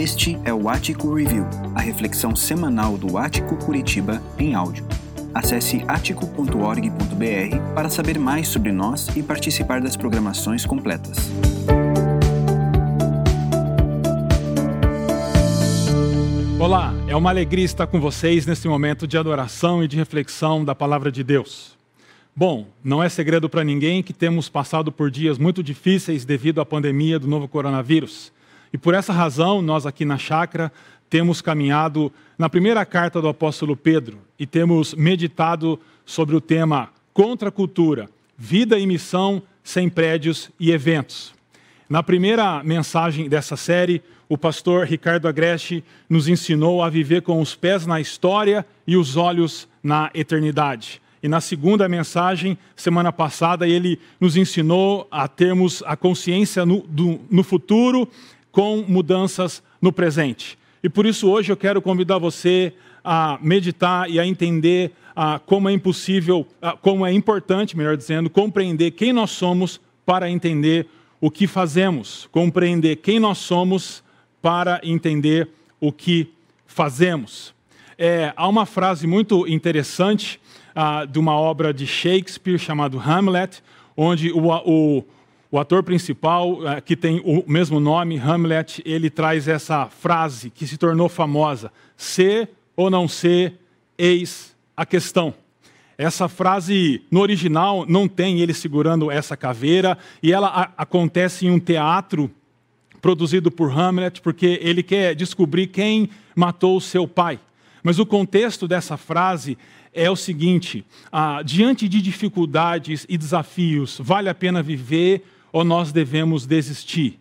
Este é o Ático Review, a reflexão semanal do Ático Curitiba em áudio. Acesse atico.org.br para saber mais sobre nós e participar das programações completas. Olá, é uma alegria estar com vocês nesse momento de adoração e de reflexão da Palavra de Deus. Bom, não é segredo para ninguém que temos passado por dias muito difíceis devido à pandemia do novo coronavírus. E por essa razão, nós aqui na Chácara temos caminhado na primeira carta do apóstolo Pedro e temos meditado sobre o tema Contra a Cultura, Vida e Missão sem Prédios e Eventos. Na primeira mensagem dessa série, o pastor Ricardo Agreste nos ensinou a viver com os pés na história e os olhos na eternidade. E na segunda mensagem, semana passada, ele nos ensinou a termos a consciência no futuro com mudanças no presente. E por isso hoje eu quero convidar você a meditar e a entender como é importante, melhor dizendo, compreender quem nós somos para entender o que fazemos. Compreender quem nós somos para entender o que fazemos. Há uma frase muito interessante de uma obra de Shakespeare chamada Hamlet, onde o ator principal, que tem o mesmo nome, Hamlet, ele traz essa frase que se tornou famosa: ser ou não ser, eis a questão. Essa frase, no original, não tem ele segurando essa caveira, e ela acontece em um teatro produzido por Hamlet, porque ele quer descobrir quem matou seu pai. Mas o contexto dessa frase é o seguinte: diante de dificuldades e desafios, vale a pena viver ou nós devemos desistir?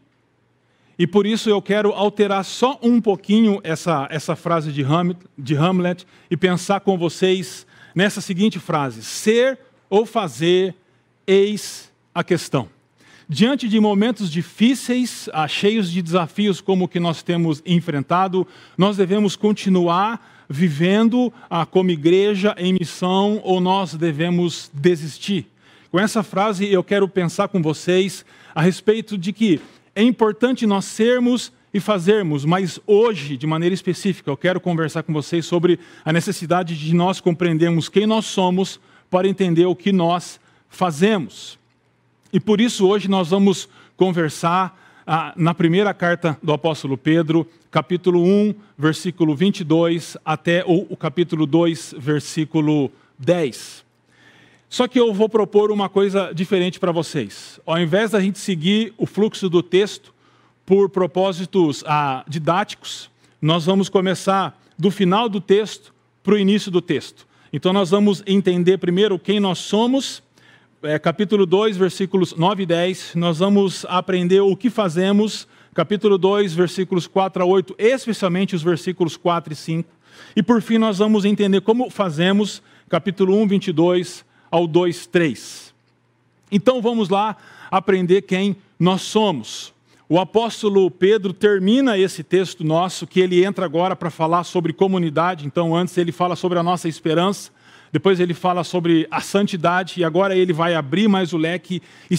E por isso eu quero alterar só um pouquinho essa frase de Hamlet e pensar com vocês nessa seguinte frase: ser ou fazer, eis a questão. Diante de momentos difíceis, cheios de desafios como o que nós temos enfrentado, nós devemos continuar vivendo como igreja em missão ou nós devemos desistir? Com essa frase eu quero pensar com vocês a respeito de que é importante nós sermos e fazermos, mas hoje, de maneira específica, eu quero conversar com vocês sobre a necessidade de nós compreendermos quem nós somos para entender o que nós fazemos. E por isso hoje nós vamos conversar na primeira carta do apóstolo Pedro, capítulo 1, versículo 22, até o capítulo 2, versículo 10. Só que eu vou propor uma coisa diferente para vocês. Ao invés da gente seguir o fluxo do texto por propósitos didáticos, nós vamos começar do final do texto para o início do texto. Então nós vamos entender primeiro quem nós somos, capítulo 2, versículos 9 e 10, nós vamos aprender o que fazemos, capítulo 2, versículos 4 a 8, especialmente os versículos 4 e 5, e por fim nós vamos entender como fazemos, capítulo 1, 22 ao 2, 3. Então vamos lá aprender quem nós somos. O apóstolo Pedro termina esse texto nosso, que ele entra agora para falar sobre comunidade. Então antes ele fala sobre a nossa esperança, depois ele fala sobre a santidade, e agora ele vai abrir mais o leque e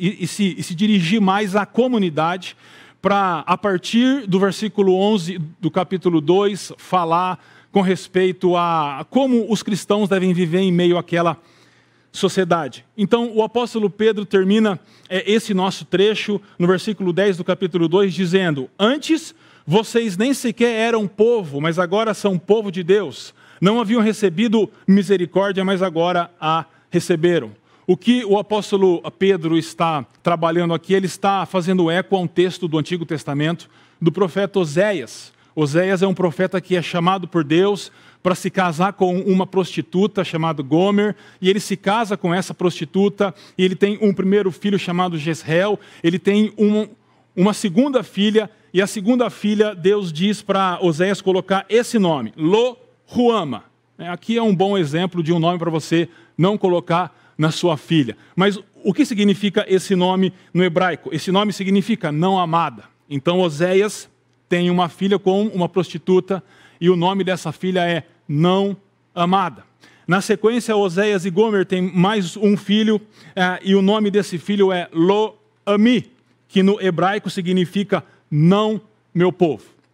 se dirigir mais à comunidade, para, a partir do versículo 11 do capítulo 2, falar com respeito a como os cristãos devem viver em meio àquela sociedade. Então o apóstolo Pedro termina esse nosso trecho no versículo 10 do capítulo 2, dizendo: antes vocês nem sequer eram povo, mas agora são povo de Deus. Não haviam recebido misericórdia, mas agora a receberam. O que o apóstolo Pedro está trabalhando aqui, ele está fazendo eco a um texto do Antigo Testamento, do profeta Oséias. Oséias é um profeta que é chamado por Deus para se casar com uma prostituta chamada Gomer, e ele se casa com essa prostituta, e ele tem um primeiro filho chamado Jezreel, ele tem uma segunda filha, e a segunda filha, Deus diz para Oséias colocar esse nome, Lo-Ruama. Aqui é um bom exemplo de um nome para você não colocar na sua filha. Mas o que significa esse nome no hebraico? Esse nome significa não amada. Então Oséias tem uma filha com uma prostituta, e o nome dessa filha é não amada. Na sequência, Oséias e Gomer têm mais um filho, e o nome desse filho é Lo-Ami, que no hebraico significa não meu povo.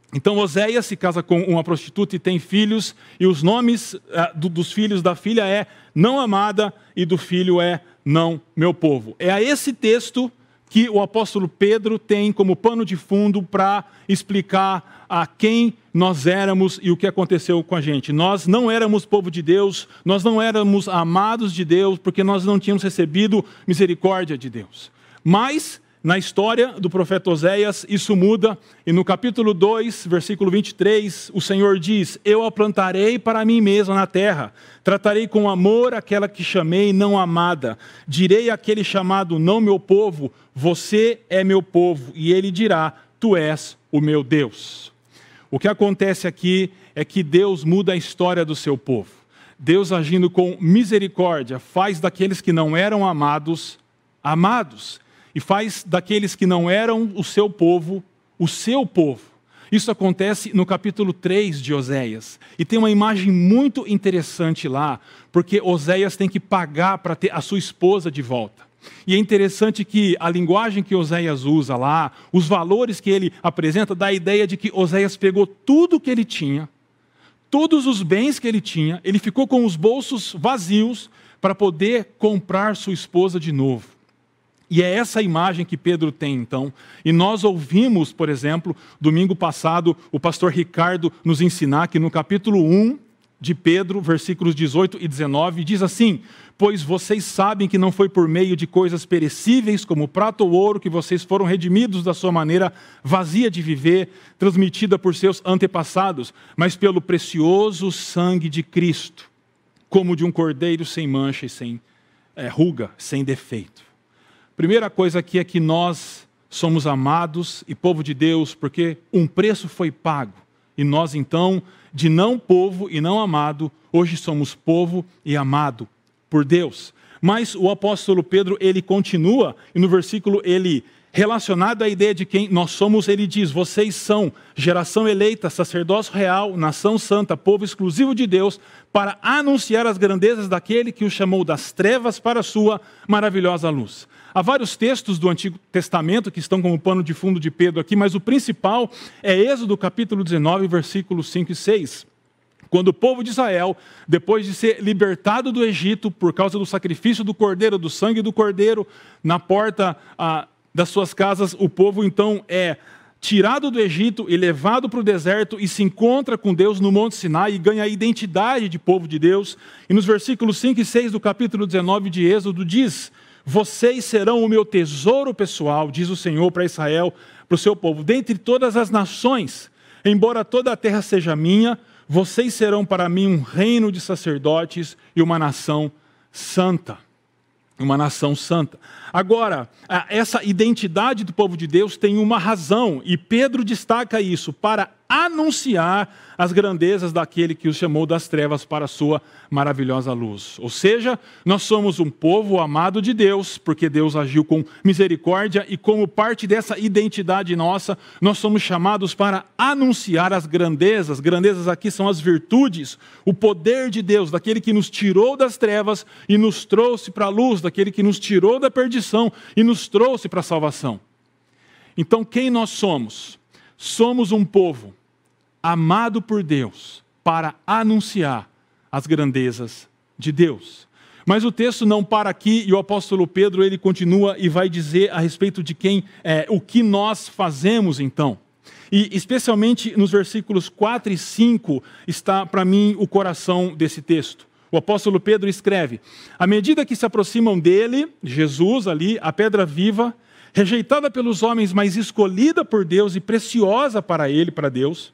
Então Oséias se casa com uma prostituta e tem filhos, e os nomes dos filhos da filha é não amada e do filho é não meu povo. É a esse texto que o apóstolo Pedro tem como pano de fundo para explicar a quem nós éramos e o que aconteceu com a gente. Nós não éramos povo de Deus, nós não éramos amados de Deus, porque nós não tínhamos recebido misericórdia de Deus. Mas, na história do profeta Oséias, isso muda, e no capítulo 2, versículo 23, o Senhor diz: eu a plantarei para mim mesmo na terra, tratarei com amor aquela que chamei não amada, direi àquele chamado não meu povo, você é meu povo, e ele dirá, tu és o meu Deus. O que acontece aqui é que Deus muda a história do seu povo. Deus, agindo com misericórdia, faz daqueles que não eram amados, amados. E faz daqueles que não eram o seu povo, o seu povo. Isso acontece no capítulo 3 de Oséias. E tem uma imagem muito interessante lá, porque Oséias tem que pagar para ter a sua esposa de volta. E é interessante que a linguagem que Oséias usa lá, os valores que ele apresenta, dá a ideia de que Oséias pegou tudo que ele tinha, todos os bens que ele tinha, ele ficou com os bolsos vazios para poder comprar sua esposa de novo. E é essa imagem que Pedro tem, então. E nós ouvimos, por exemplo, domingo passado, o pastor Ricardo nos ensinar que no capítulo 1 de Pedro, versículos 18 e 19, diz assim: pois vocês sabem que não foi por meio de coisas perecíveis, como prata ou ouro, que vocês foram redimidos da sua maneira vazia de viver, transmitida por seus antepassados, mas pelo precioso sangue de Cristo, como de um cordeiro sem mancha e sem ruga, sem defeito. Primeira coisa aqui é que nós somos amados e povo de Deus porque um preço foi pago. E nós então, de não povo e não amado, hoje somos povo e amado por Deus. Mas o apóstolo Pedro, ele continua, e no versículo ele, relacionado à ideia de quem nós somos, ele diz: vocês são geração eleita, sacerdócio real, nação santa, povo exclusivo de Deus, para anunciar as grandezas daquele que o chamou das trevas para a sua maravilhosa luz. Há vários textos do Antigo Testamento que estão como pano de fundo de Pedro aqui, mas o principal é Êxodo capítulo 19, versículos 5 e 6. Quando o povo de Israel, depois de ser libertado do Egito por causa do sacrifício do cordeiro, do sangue do cordeiro, na porta das suas casas, o povo então é tirado do Egito e levado para o deserto e se encontra com Deus no Monte Sinai e ganha a identidade de povo de Deus. E nos versículos 5 e 6 do capítulo 19 de Êxodo diz: vocês serão o meu tesouro pessoal, diz o Senhor para Israel, para o seu povo. Dentre todas as nações, embora toda a terra seja minha, vocês serão para mim um reino de sacerdotes e uma nação santa. Uma nação santa. Agora, essa identidade do povo de Deus tem uma razão, e Pedro destaca isso, para anunciar as grandezas daquele que os chamou das trevas para a sua maravilhosa luz. Ou seja, nós somos um povo amado de Deus, porque Deus agiu com misericórdia, e como parte dessa identidade nossa, nós somos chamados para anunciar as grandezas. Grandezas aqui são as virtudes, o poder de Deus, daquele que nos tirou das trevas e nos trouxe para a luz, daquele que nos tirou da perdição e nos trouxe para a salvação. Então, quem nós somos? Somos um povo amado por Deus para anunciar as grandezas de Deus. Mas o texto não para aqui, e o apóstolo Pedro ele continua e vai dizer a respeito de o que nós fazemos então. E especialmente nos versículos 4 e 5 está para mim o coração desse texto. O apóstolo Pedro escreve: à medida que se aproximam dele, Jesus ali, a pedra viva, rejeitada pelos homens, mas escolhida por Deus e preciosa para ele, para Deus,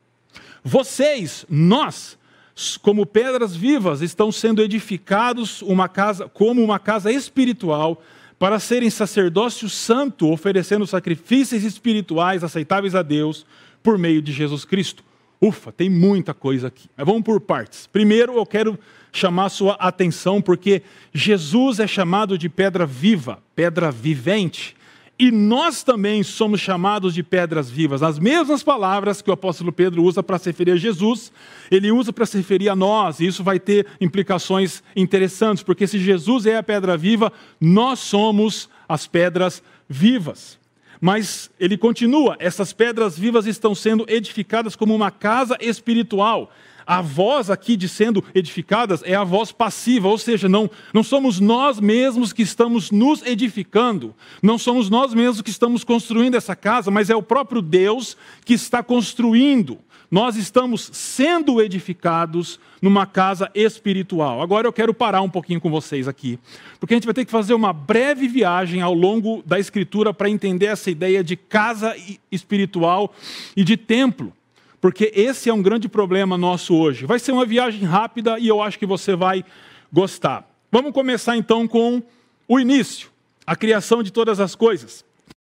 nós, como pedras vivas, estão sendo edificados como uma casa espiritual, para serem sacerdócio santo, oferecendo sacrifícios espirituais aceitáveis a Deus, por meio de Jesus Cristo. Ufa, tem muita coisa aqui. Mas vamos por partes. Primeiro, eu quero chamar a sua atenção, porque Jesus é chamado de pedra viva, pedra vivente. E nós também somos chamados de pedras vivas. As mesmas palavras que o apóstolo Pedro usa para se referir a Jesus, ele usa para se referir a nós. E isso vai ter implicações interessantes, porque se Jesus é a pedra viva, nós somos as pedras vivas. Mas ele continua: essas pedras vivas estão sendo edificadas como uma casa espiritual. A voz aqui de sendo edificadas é a voz passiva, ou seja, não somos nós mesmos que estamos nos edificando, não somos nós mesmos que estamos construindo essa casa, mas é o próprio Deus que está construindo. Nós estamos sendo edificados numa casa espiritual. Agora eu quero parar um pouquinho com vocês aqui, porque a gente vai ter que fazer uma breve viagem ao longo da Escritura para entender essa ideia de casa espiritual e de templo. Porque esse é um grande problema nosso hoje. Vai ser uma viagem rápida e eu acho que você vai gostar. Vamos começar então com o início, a criação de todas as coisas.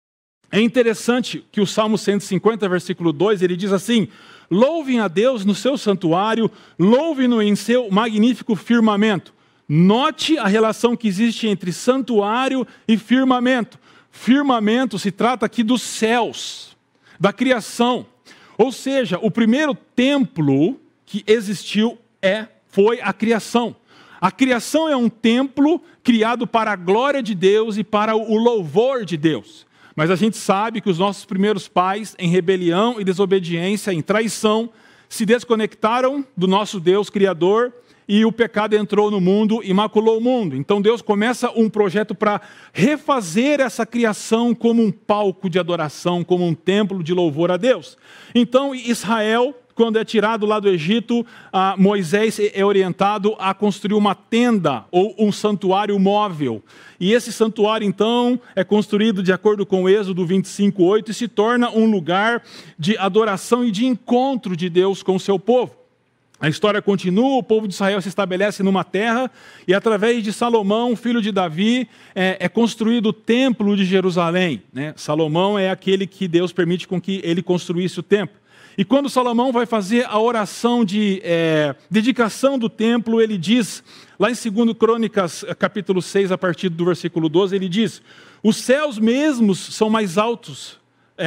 É interessante que o Salmo 150, versículo 2, ele diz assim: louvem a Deus no seu santuário, louvem-no em seu magnífico firmamento. Note a relação que existe entre santuário e firmamento. Firmamento se trata aqui dos céus, da criação. Ou seja, o primeiro templo que existiu foi a criação. A criação é um templo criado para a glória de Deus e para o louvor de Deus. Mas a gente sabe que os nossos primeiros pais, em rebelião e desobediência, em traição, se desconectaram do nosso Deus Criador e o pecado entrou no mundo e maculou o mundo. Então Deus começa um projeto para refazer essa criação como um palco de adoração, como um templo de louvor a Deus. Então Israel, quando é tirado lá do Egito, Moisés é orientado a construir uma tenda ou um santuário móvel. E esse santuário, então, é construído de acordo com o Êxodo 25:8 e se torna um lugar de adoração e de encontro de Deus com o seu povo. A história continua, o povo de Israel se estabelece numa terra e através de Salomão, filho de Davi, é construído o templo de Jerusalém. Né? Salomão é aquele que Deus permite com que ele construísse o templo. E quando Salomão vai fazer a oração de dedicação do templo, ele diz, lá em 2 Crônicas, capítulo 6, a partir do versículo 12, ele diz: os céus mesmos são mais altos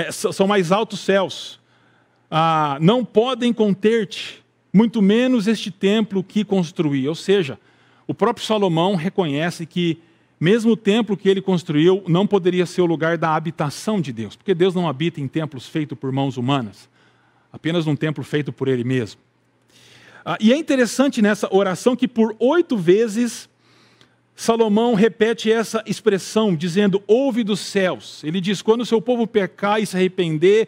céus, não podem conter-te, muito menos este templo que construí. Ou seja, o próprio Salomão reconhece que mesmo o templo que ele construiu não poderia ser o lugar da habitação de Deus, porque Deus não habita em templos feitos por mãos humanas, apenas num templo feito por ele mesmo. E é interessante nessa oração que por 8 vezes Salomão repete essa expressão, dizendo: ouve dos céus. Ele diz: quando o seu povo pecar e se arrepender,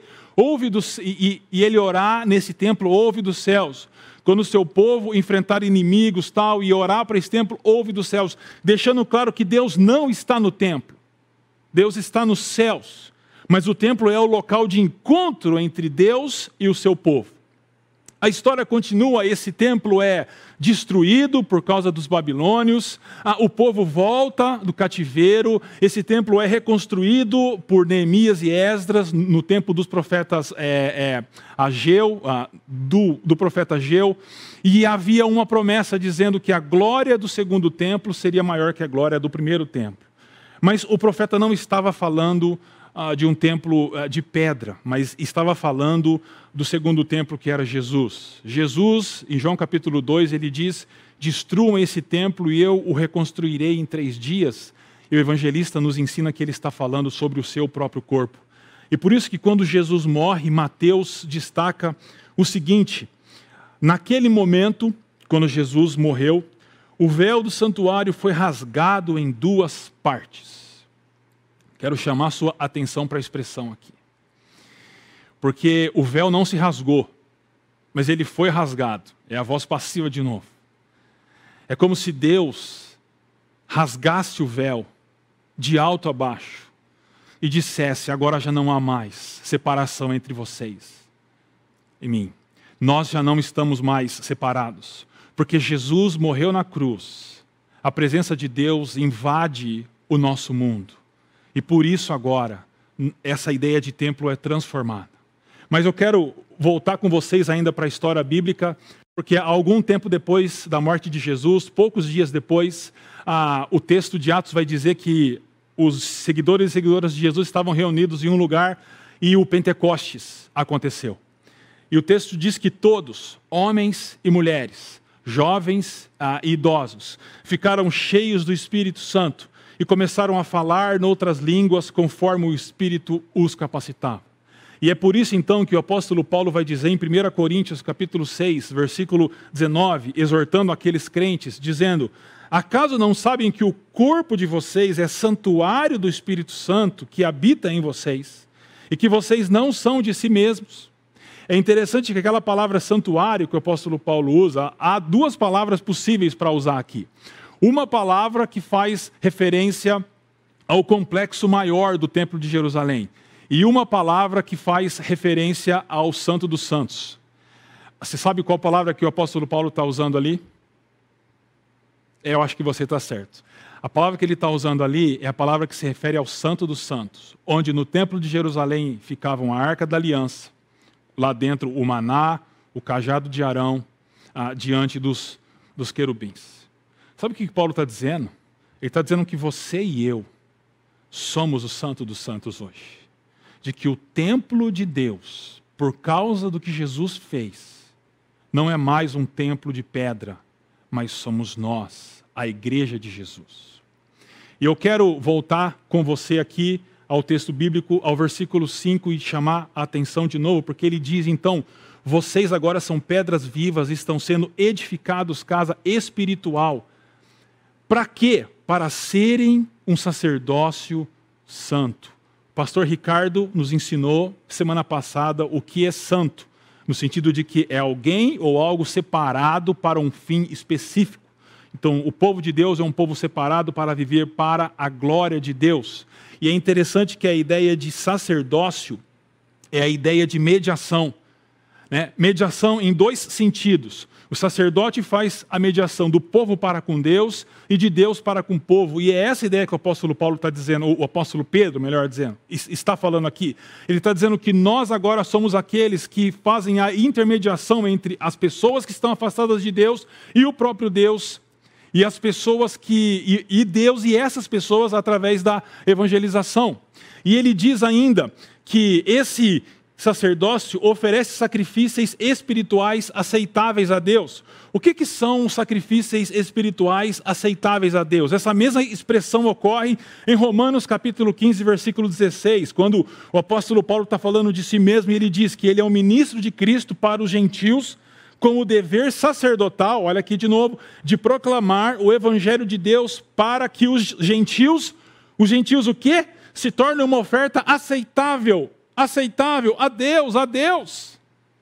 e ele orar nesse templo, ouve dos céus. Quando o seu povo enfrentar inimigos e orar para esse templo, ouve dos céus. Deixando claro que Deus não está no templo. Deus está nos céus. Mas o templo é o local de encontro entre Deus e o seu povo. A história continua, esse templo é destruído por causa dos babilônios, o povo volta do cativeiro, esse templo é reconstruído por Neemias e Esdras no tempo dos profetas Ageu, do profeta Ageu, e havia uma promessa dizendo que a glória do segundo templo seria maior que a glória do primeiro templo. Mas o profeta não estava falando de um templo de pedra, mas estava falando do segundo templo que era Jesus. Jesus, em João capítulo 2, ele diz: destruam esse templo e eu o reconstruirei em 3 dias. E o evangelista nos ensina que ele está falando sobre o seu próprio corpo. E por isso que quando Jesus morre, Mateus destaca o seguinte: naquele momento, quando Jesus morreu, o véu do santuário foi rasgado em 2 partes. Quero chamar a sua atenção para a expressão aqui. Porque o véu não se rasgou, mas ele foi rasgado. É a voz passiva de novo. É como se Deus rasgasse o véu de alto a baixo e dissesse: agora já não há mais separação entre vocês e mim. Nós já não estamos mais separados, porque Jesus morreu na cruz. A presença de Deus invade o nosso mundo. E por isso agora, essa ideia de templo é transformada. Mas eu quero voltar com vocês ainda para a história bíblica, porque algum tempo depois da morte de Jesus, poucos dias depois, o texto de Atos vai dizer que os seguidores e seguidoras de Jesus estavam reunidos em um lugar e o Pentecostes aconteceu. E o texto diz que todos, homens e mulheres, jovens e idosos, ficaram cheios do Espírito Santo e e começaram a falar noutras línguas conforme o Espírito os capacitava. E é por isso então que o apóstolo Paulo vai dizer em 1 Coríntios capítulo 6, versículo 19, exortando aqueles crentes, dizendo: acaso não sabem que o corpo de vocês é santuário do Espírito Santo que habita em vocês e que vocês não são de si mesmos? É interessante que aquela palavra santuário que o apóstolo Paulo usa, há duas palavras possíveis para usar aqui. Uma palavra que faz referência ao complexo maior do Templo de Jerusalém e uma palavra que faz referência ao Santo dos Santos. Você sabe qual palavra que o apóstolo Paulo está usando ali? Eu acho que você está certo. A palavra que ele está usando ali é a palavra que se refere ao Santo dos Santos, onde no Templo de Jerusalém ficavam a Arca da Aliança, lá dentro o maná, o cajado de Arão, diante dos querubins. Sabe o que Paulo está dizendo? Ele está dizendo que você e eu somos o Santo dos Santos hoje. De que o templo de Deus, por causa do que Jesus fez, não é mais um templo de pedra, mas somos nós, a igreja de Jesus. E eu quero voltar com você aqui ao texto bíblico, ao versículo 5, e chamar a atenção de novo, porque ele diz então: vocês agora são pedras vivas, estão sendo edificados casa espiritual. Para quê? Para serem um sacerdócio santo. O pastor Ricardo nos ensinou semana passada o que é santo, no sentido de que é alguém ou algo separado para um fim específico. Então, o povo de Deus é um povo separado para viver para a glória de Deus. E é interessante que a ideia de sacerdócio é a ideia de mediação. Né? Mediação em dois sentidos. O sacerdote faz a mediação do povo para com Deus e de Deus para com o povo. E é essa ideia que o apóstolo Paulo está dizendo, ou o apóstolo Pedro, melhor dizendo, está falando aqui. Ele está dizendo que nós agora somos aqueles que fazem a intermediação entre as pessoas que estão afastadas de Deus e o próprio Deus. E as pessoas e Deus e essas pessoas através da evangelização. E ele diz ainda que esse sacerdócio oferece sacrifícios espirituais aceitáveis a Deus. O que são os sacrifícios espirituais aceitáveis a Deus? Essa mesma expressão ocorre em Romanos capítulo 15, versículo 16, quando o apóstolo Paulo está falando de si mesmo e ele diz que ele é o ministro de Cristo para os gentios, com o dever sacerdotal, olha aqui de novo, de proclamar o evangelho de Deus para que os gentios o quê? Se tornem uma oferta aceitável a Deus.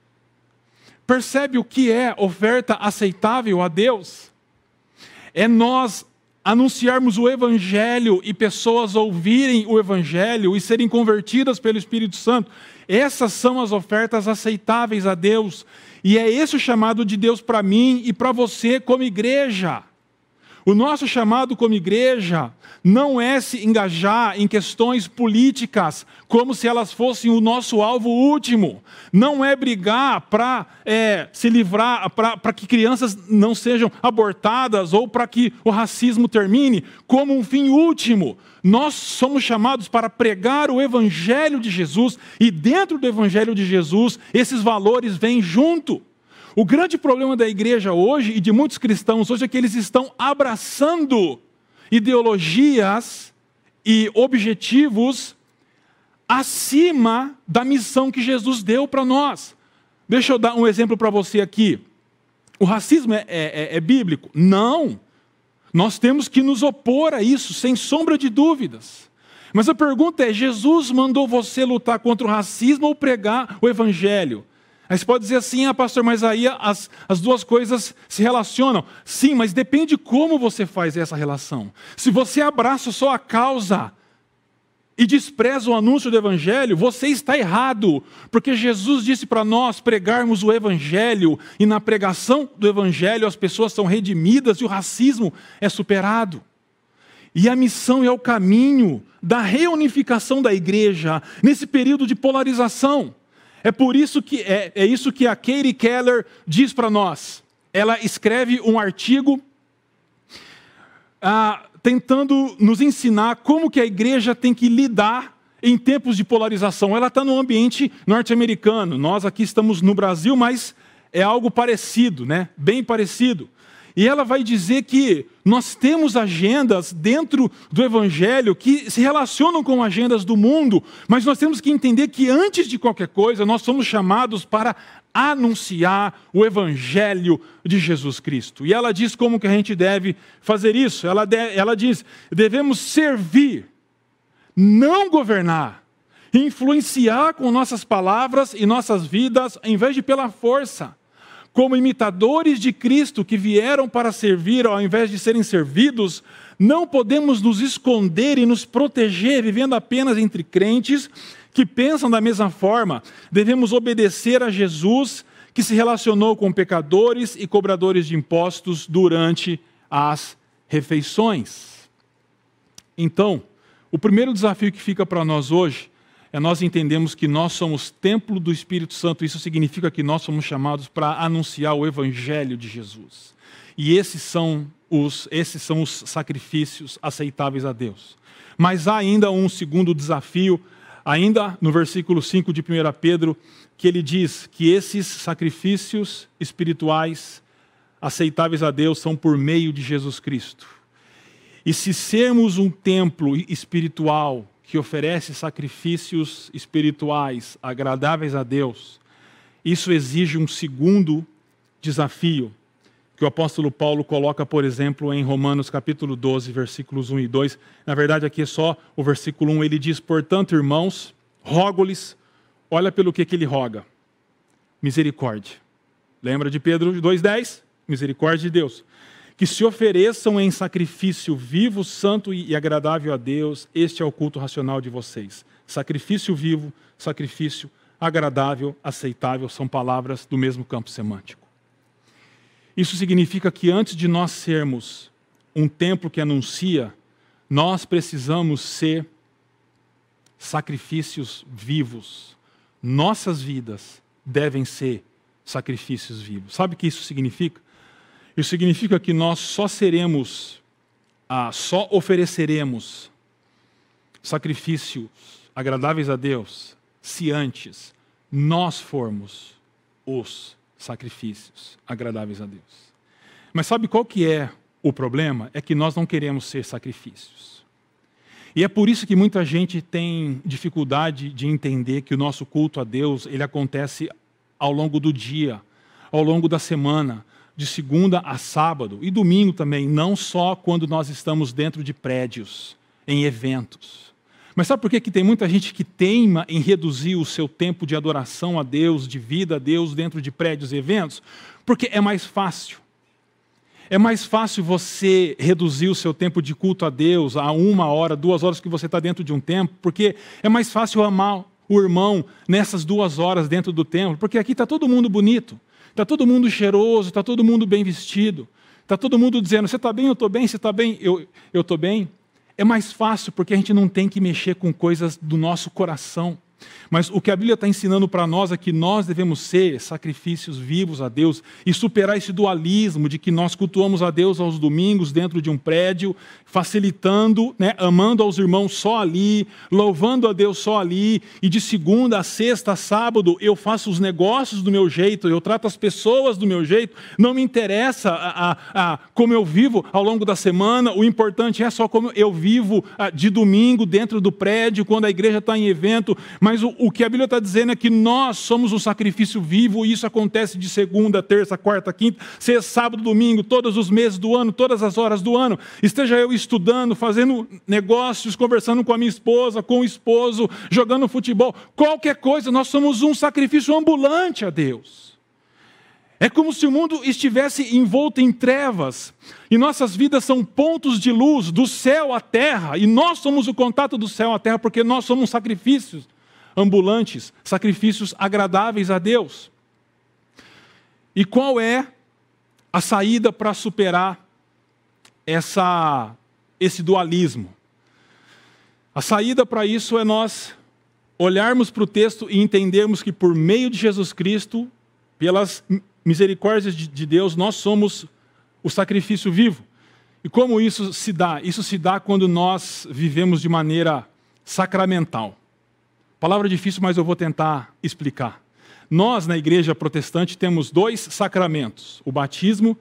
Percebe o que é oferta aceitável a Deus? É nós anunciarmos o evangelho e pessoas ouvirem o evangelho e serem convertidas pelo Espírito Santo. Essas são as ofertas aceitáveis a Deus. E é esse o chamado de Deus para mim e para você como igreja. O nosso chamado como igreja não é se engajar em questões políticas como se elas fossem o nosso alvo último. Não é brigar para se livrar, para que crianças não sejam abortadas ou para que o racismo termine como um fim último. Nós somos chamados para pregar o Evangelho de Jesus e dentro do Evangelho de Jesus esses valores vêm junto. O grande problema da igreja hoje e de muitos cristãos hoje é que eles estão abraçando ideologias e objetivos acima da missão que Jesus deu para nós. Deixa eu dar um exemplo para você aqui. O racismo é bíblico? Não. Nós temos que nos opor a isso, sem sombra de dúvidas. Mas a pergunta é, Jesus mandou você lutar contra o racismo ou pregar o evangelho? Aí você pode dizer assim, pastor, mas aí as duas coisas se relacionam. Sim, mas depende como você faz essa relação. Se você abraça só a causa e despreza o anúncio do evangelho, você está errado. Porque Jesus disse para nós pregarmos o evangelho e na pregação do evangelho as pessoas são redimidas e o racismo é superado. E a missão é o caminho da reunificação da igreja nesse período de polarização. É por isso que é isso que a Katie Keller diz para nós. Ela escreve um artigo tentando nos ensinar como que a igreja tem que lidar em tempos de polarização. Ela está no ambiente norte-americano. Nós aqui estamos no Brasil, mas é algo parecido, né? Bem parecido. E ela vai dizer que nós temos agendas dentro do Evangelho que se relacionam com agendas do mundo, mas nós temos que entender que antes de qualquer coisa, nós somos chamados para anunciar o Evangelho de Jesus Cristo. E ela diz como que a gente deve fazer isso. Ela diz, devemos servir, não governar, influenciar com nossas palavras e nossas vidas, em vez de pela força. Como imitadores de Cristo que vieram para servir ao invés de serem servidos, não podemos nos esconder e nos proteger vivendo apenas entre crentes que pensam da mesma forma. Devemos obedecer a Jesus, que se relacionou com pecadores e cobradores de impostos durante as refeições. Então, o primeiro desafio que fica para nós hoje é nós entendemos que nós somos templo do Espírito Santo. Isso significa que nós somos chamados para anunciar o Evangelho de Jesus. E esses são os sacrifícios aceitáveis a Deus. Mas há ainda um segundo desafio, ainda no versículo 5 de 1 Pedro, que ele diz que esses sacrifícios espirituais aceitáveis a Deus são por meio de Jesus Cristo. E se sermos um templo espiritual que oferece sacrifícios espirituais agradáveis a Deus, isso exige um segundo desafio, que o apóstolo Paulo coloca, por exemplo, em Romanos capítulo 12, versículos 1 e 2. Na verdade, aqui é só o versículo 1, ele diz, portanto, irmãos, rogo-lhes, olha pelo que ele roga, misericórdia. Lembra de Pedro 2,10? Misericórdia de Deus. Que se ofereçam em sacrifício vivo, santo e agradável a Deus, este é o culto racional de vocês. Sacrifício vivo, sacrifício agradável, aceitável, são palavras do mesmo campo semântico. Isso significa que antes de nós sermos um templo que anuncia, nós precisamos ser sacrifícios vivos. Nossas vidas devem ser sacrifícios vivos. Sabe o que isso significa? Isso significa que nós só ofereceremos sacrifícios agradáveis a Deus se antes nós formos os sacrifícios agradáveis a Deus. Mas sabe qual que é o problema? É que nós não queremos ser sacrifícios. E é por isso que muita gente tem dificuldade de entender que o nosso culto a Deus, ele acontece ao longo do dia, ao longo da semana, de segunda a sábado e domingo também, não só quando nós estamos dentro de prédios, em eventos. Mas sabe por que tem muita gente que teima em reduzir o seu tempo de adoração a Deus, de vida a Deus dentro de prédios e eventos? Porque é mais fácil. É mais fácil você reduzir o seu tempo de culto a Deus a 1 hora, 2 horas que você está dentro de um templo, porque é mais fácil amar o irmão nessas 2 horas dentro do templo, porque aqui está todo mundo bonito. Está todo mundo cheiroso, está todo mundo bem vestido, está todo mundo dizendo, você está bem, eu estou bem, você está bem, eu estou bem. É mais fácil porque a gente não tem que mexer com coisas do nosso coração. Mas o que a Bíblia está ensinando para nós é que nós devemos ser sacrifícios vivos a Deus e superar esse dualismo de que nós cultuamos a Deus aos domingos dentro de um prédio, facilitando, amando aos irmãos só ali, louvando a Deus só ali, e de segunda a sexta a sábado eu faço os negócios do meu jeito, eu trato as pessoas do meu jeito, não me interessa como eu vivo ao longo da semana, o importante é só como eu vivo de domingo dentro do prédio, quando a igreja está em evento. Mas o que a Bíblia está dizendo é que nós somos um sacrifício vivo, e isso acontece de segunda, terça, quarta, quinta, sexta, sábado, domingo, todos os meses do ano, todas as horas do ano. Esteja eu estudando, fazendo negócios, conversando com a minha esposa, com o esposo, jogando futebol, qualquer coisa, nós somos um sacrifício ambulante a Deus. É como se o mundo estivesse envolto em trevas, e nossas vidas são pontos de luz do céu à terra, e nós somos o contato do céu à terra, porque nós somos sacrifícios ambulantes, sacrifícios agradáveis a Deus. E qual é a saída para superar esse dualismo? A saída para isso é nós olharmos para o texto e entendermos que por meio de Jesus Cristo, pelas misericórdias de Deus, nós somos o sacrifício vivo. E como isso se dá? Isso se dá quando nós vivemos de maneira sacramental. Palavra difícil, mas eu vou tentar explicar. Nós, na igreja protestante, temos 2 sacramentos, o batismo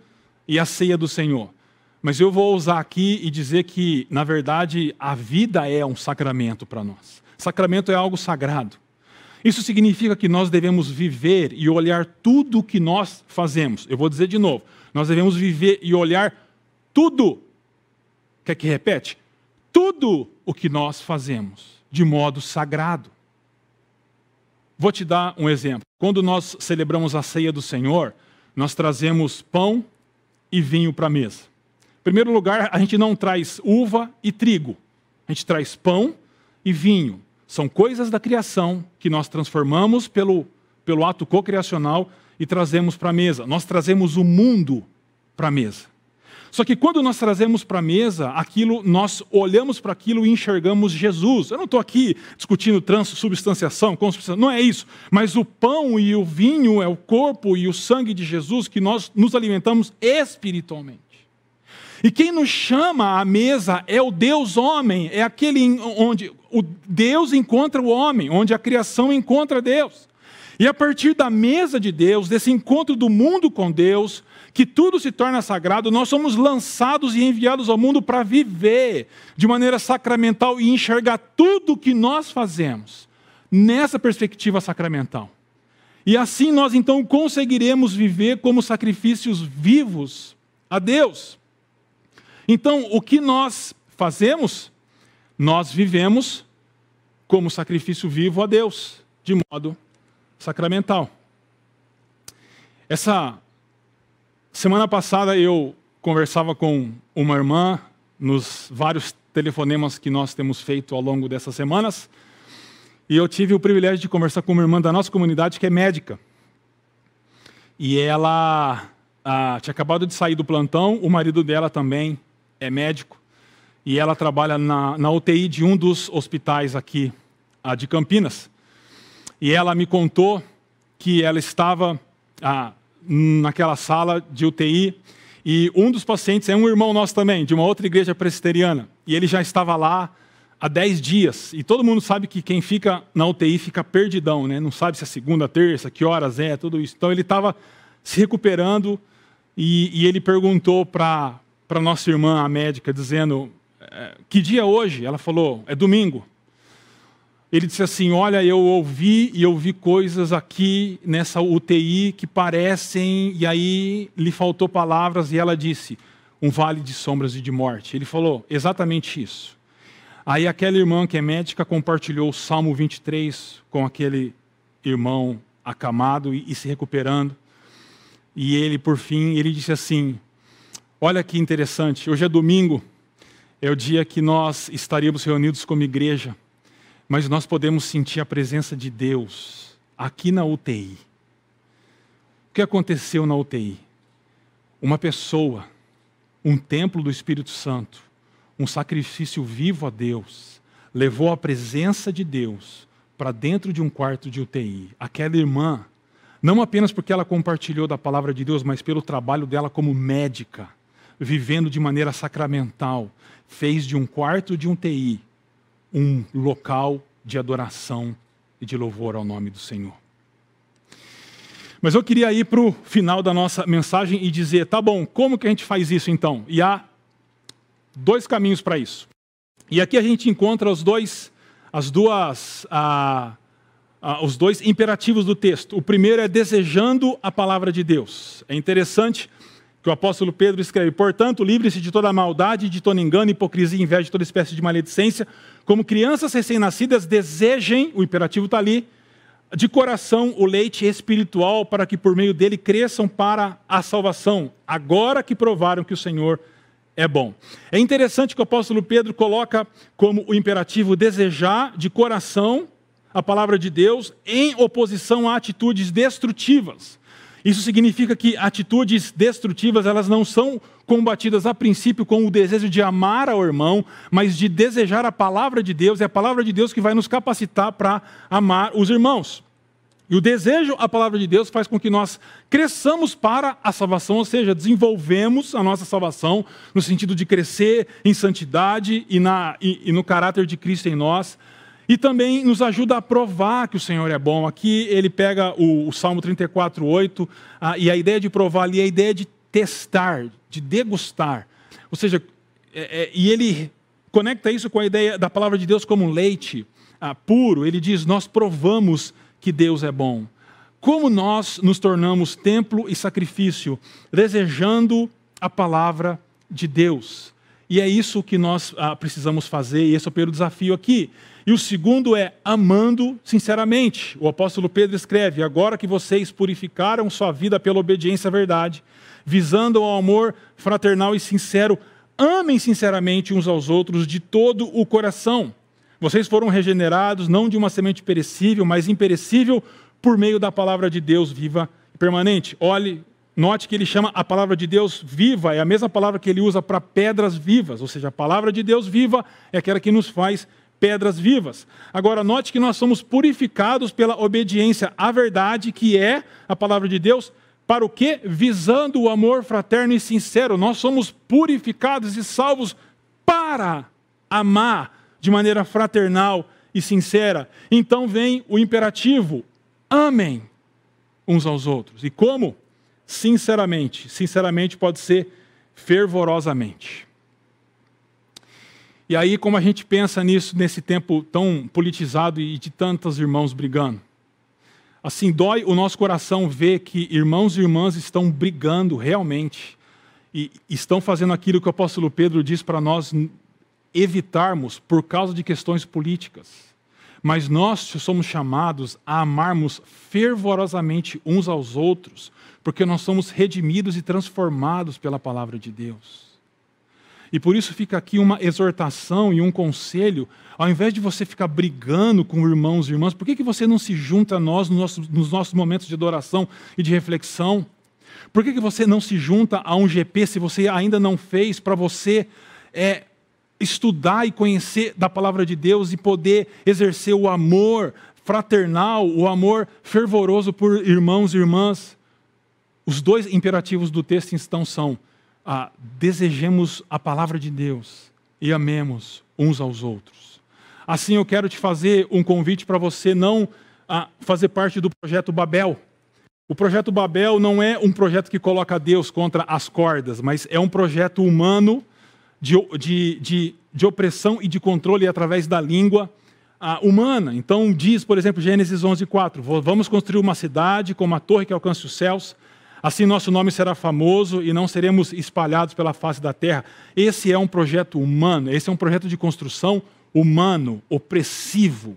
e a ceia do Senhor. Mas eu vou ousar aqui e dizer que, na verdade, a vida é um sacramento para nós. Sacramento é algo sagrado. Isso significa que nós devemos viver e olhar tudo o que nós fazemos. Eu vou dizer de novo. Nós devemos viver e olhar tudo. Quer que repete? Tudo o que nós fazemos de modo sagrado. Vou te dar um exemplo. Quando nós celebramos a ceia do Senhor, nós trazemos pão e vinho para a mesa. Em primeiro lugar, a gente não traz uva e trigo. A gente traz pão e vinho. São coisas da criação que nós transformamos pelo ato cocriacional e trazemos para a mesa. Nós trazemos o mundo para a mesa. Só que quando nós trazemos para a mesa, nós olhamos para aquilo e enxergamos Jesus. Eu não estou aqui discutindo transubstanciação, consubstanciação, não é isso. Mas o pão e o vinho é o corpo e o sangue de Jesus que nós nos alimentamos espiritualmente. E quem nos chama à mesa é o Deus homem, é aquele onde o Deus encontra o homem, onde a criação encontra Deus. E a partir da mesa de Deus, desse encontro do mundo com Deus, que tudo se torna sagrado, nós somos lançados e enviados ao mundo para viver de maneira sacramental e enxergar tudo o que nós fazemos nessa perspectiva sacramental. E assim nós então conseguiremos viver como sacrifícios vivos a Deus. Então, o que nós fazemos? Nós vivemos como sacrifício vivo a Deus, de modo sacramental. Essa semana passada eu conversava com uma irmã nos vários telefonemas que nós temos feito ao longo dessas semanas, e eu tive o privilégio de conversar com uma irmã da nossa comunidade que é médica. E ela tinha acabado de sair do plantão, o marido dela também é médico, e ela trabalha na UTI de um dos hospitais aqui de Campinas. E ela me contou que ela estava naquela sala de UTI, e um dos pacientes é um irmão nosso também, de uma outra igreja presbiteriana, e ele já estava lá há 10 dias, e todo mundo sabe que quem fica na UTI fica perdidão, né? Não sabe se é segunda, terça, que horas é, tudo isso. Então ele estava se recuperando, e ele perguntou para nossa irmã, a médica, dizendo, que dia é hoje? Ela falou, é domingo. Ele disse assim, olha, eu ouvi coisas aqui nessa UTI que parecem, e aí lhe faltou palavras, e ela disse, um vale de sombras e de morte. Ele falou exatamente isso. Aí aquela irmã que é médica compartilhou o Salmo 23 com aquele irmão acamado e se recuperando. E ele, por fim, ele disse assim, olha que interessante, hoje é domingo, é o dia que nós estaríamos reunidos como igreja, mas nós podemos sentir a presença de Deus aqui na UTI. O que aconteceu na UTI? Uma pessoa, um templo do Espírito Santo, um sacrifício vivo a Deus, levou a presença de Deus para dentro de um quarto de UTI. Aquela irmã, não apenas porque ela compartilhou da palavra de Deus, mas pelo trabalho dela como médica, vivendo de maneira sacramental, fez de um quarto de UTI um local de adoração e de louvor ao nome do Senhor. Mas eu queria ir para o final da nossa mensagem e dizer, tá bom, como que a gente faz isso então? E há 2 caminhos para isso. E aqui a gente encontra os dois imperativos do texto. O primeiro é desejando a palavra de Deus. É interessante que o apóstolo Pedro escreve, portanto, livre-se de toda maldade, de todo engano, hipocrisia, inveja, de toda espécie de maledicência. Como crianças recém-nascidas, desejem, o imperativo está ali, de coração o leite espiritual, para que por meio dele cresçam para a salvação, agora que provaram que o Senhor é bom. É interessante que o apóstolo Pedro coloca como o imperativo desejar de coração a palavra de Deus em oposição a atitudes destrutivas. Isso significa que atitudes destrutivas, elas não são combatidas a princípio com o desejo de amar ao irmão, mas de desejar a palavra de Deus. É a palavra de Deus que vai nos capacitar para amar os irmãos. E o desejo à palavra de Deus faz com que nós cresçamos para a salvação, ou seja, desenvolvemos a nossa salvação no sentido de crescer em santidade e no caráter de Cristo em nós. E também nos ajuda a provar que o Senhor é bom. Aqui ele pega o Salmo 34:8, e a ideia de provar ali é a ideia de testar, de degustar. Ou seja, e ele conecta isso com a ideia da palavra de Deus como um leite puro. Ele diz, nós provamos que Deus é bom. Como nós nos tornamos templo e sacrifício, desejando a palavra de Deus. E é isso que nós precisamos fazer, e esse é o primeiro desafio aqui. E o segundo é amando sinceramente. O apóstolo Pedro escreve, agora que vocês purificaram sua vida pela obediência à verdade, visando ao amor fraternal e sincero, amem sinceramente uns aos outros de todo o coração. Vocês foram regenerados não de uma semente perecível, mas imperecível, por meio da palavra de Deus viva e permanente. Note que ele chama a palavra de Deus viva, é a mesma palavra que ele usa para pedras vivas, ou seja, a palavra de Deus viva é aquela que nos faz pedras vivas. Agora, note que nós somos purificados pela obediência à verdade, que é a palavra de Deus, para o quê? Visando o amor fraterno e sincero. Nós somos purificados e salvos para amar de maneira fraternal e sincera. Então vem o imperativo, amem uns aos outros. E como? Sinceramente. Sinceramente pode ser fervorosamente. E aí, como a gente pensa nisso nesse tempo tão politizado e de tantos irmãos brigando? Assim, dói o nosso coração ver que irmãos e irmãs estão brigando realmente e estão fazendo aquilo que o apóstolo Pedro diz para nós evitarmos por causa de questões políticas. Mas nós somos chamados a amarmos fervorosamente uns aos outros, porque nós somos redimidos e transformados pela palavra de Deus. E por isso fica aqui uma exortação e um conselho, ao invés de você ficar brigando com irmãos e irmãs, por que você não se junta a nós nos nossos momentos de adoração e de reflexão? Por que você não se junta a um GP, se você ainda não fez, para você estudar e conhecer da palavra de Deus e poder exercer o amor fraternal, o amor fervoroso por irmãos e irmãs? Os dois imperativos do texto então são: desejemos a palavra de Deus e amemos uns aos outros. Assim, eu quero te fazer um convite para você não fazer parte do projeto Babel. O projeto Babel não é um projeto que coloca Deus contra as cordas, mas é um projeto humano de opressão e de controle através da língua humana. Então diz, por exemplo, Gênesis 11:4, vamos construir uma cidade com uma torre que alcance os céus, assim nosso nome será famoso e não seremos espalhados pela face da terra. Esse é um projeto humano, esse é um projeto de construção humano, opressivo,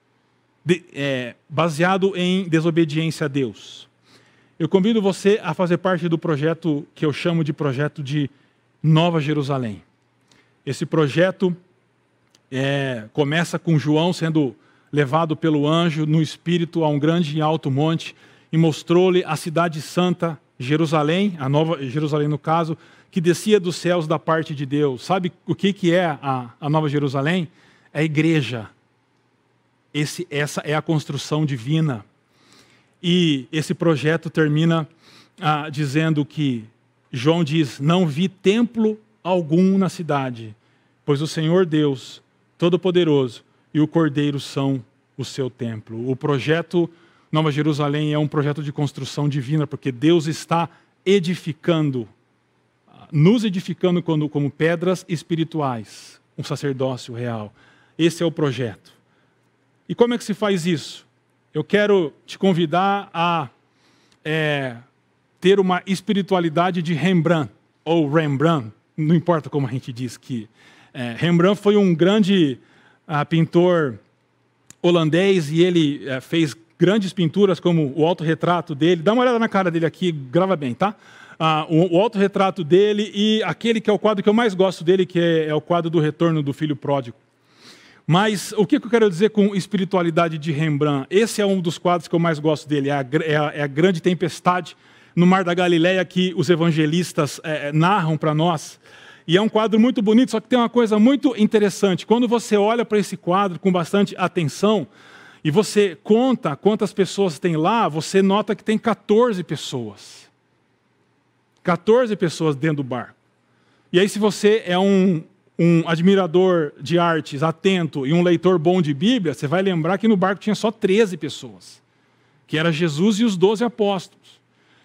baseado em desobediência a Deus. Eu convido você a fazer parte do projeto que eu chamo de projeto de Nova Jerusalém. Esse projeto começa com João sendo levado pelo anjo no espírito a um grande e alto monte e mostrou-lhe a cidade santa, Jerusalém, a Nova Jerusalém no caso, que descia dos céus da parte de Deus. Sabe o que é a Nova Jerusalém? É a igreja. Essa é a construção divina. E esse projeto termina dizendo que, João diz, não vi templo algum na cidade, pois o Senhor Deus, Todo-Poderoso, e o Cordeiro são o seu templo. O projeto Nova Jerusalém é um projeto de construção divina, porque Deus está edificando, nos edificando como pedras espirituais, um sacerdócio real. Esse é o projeto. E como é que se faz isso? Eu quero te convidar a ter uma espiritualidade de Rembrandt, ou Rembrandt, não importa como a gente diz que. Rembrandt foi um grande pintor holandês e ele fez grandes pinturas como o autorretrato dele. Dá uma olhada na cara dele aqui, grava bem, tá? O autorretrato dele e aquele que é o quadro que eu mais gosto dele, que é o quadro do Retorno do Filho Pródigo. Mas o que eu quero dizer com espiritualidade de Rembrandt? Esse é um dos quadros que eu mais gosto dele, é a grande tempestade no Mar da Galileia que os evangelistas narram para nós. E é um quadro muito bonito, só que tem uma coisa muito interessante. Quando você olha para esse quadro com bastante atenção e você conta quantas pessoas tem lá, você nota que tem 14 pessoas. 14 pessoas dentro do barco. E aí, se você é um admirador de artes atento e um leitor bom de Bíblia, você vai lembrar que no barco tinha só 13 pessoas, que era Jesus e os 12 apóstolos.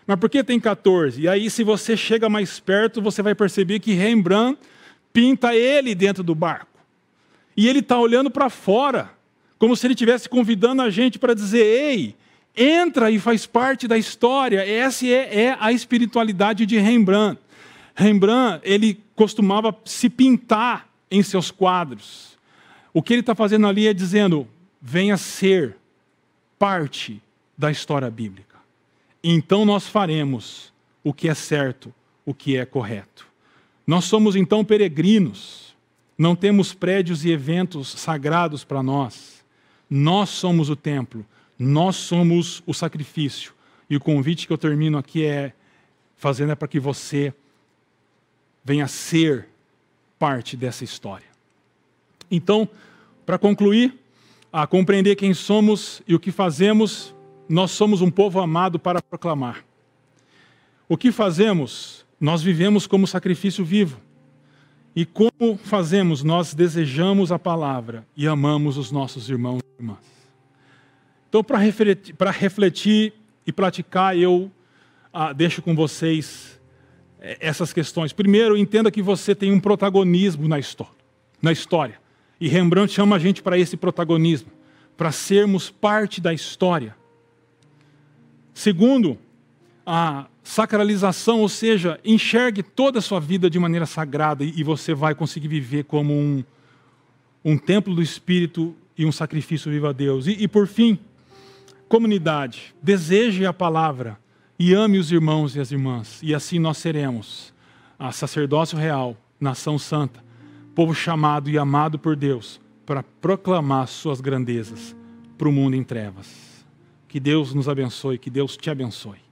Mas por que tem 14? E aí, se você chega mais perto, você vai perceber que Rembrandt pinta ele dentro do barco. E ele está olhando para fora, como se ele estivesse convidando a gente para dizer: ei, entra e faz parte da história. Essa é a espiritualidade de Rembrandt. Rembrandt, ele costumava se pintar em seus quadros. O que ele está fazendo ali é dizendo: venha ser parte da história bíblica. Então nós faremos o que é certo, o que é correto. Nós somos então peregrinos, não temos prédios e eventos sagrados para nós. Nós somos o templo, nós somos o sacrifício. E o convite que eu termino aqui fazendo para que você venha ser parte dessa história. Então, para concluir, a compreender quem somos e o que fazemos, nós somos um povo amado para proclamar. O que fazemos? Nós vivemos como sacrifício vivo. E como fazemos? Nós desejamos a palavra e amamos os nossos irmãos e irmãs. Então, para refletir e praticar, eu deixo com vocês essas questões. Primeiro, entenda que você tem um protagonismo na história. E Rembrandt chama a gente para esse protagonismo, para sermos parte da história. Segundo, a sacralização, ou seja, enxergue toda a sua vida de maneira sagrada e você vai conseguir viver como um templo do Espírito e um sacrifício vivo a Deus. E por fim, comunidade, deseje a palavra e ame os irmãos e as irmãs. E assim nós seremos a sacerdócio real, nação santa, povo chamado e amado por Deus para proclamar suas grandezas para o mundo em trevas. Que Deus nos abençoe, que Deus te abençoe.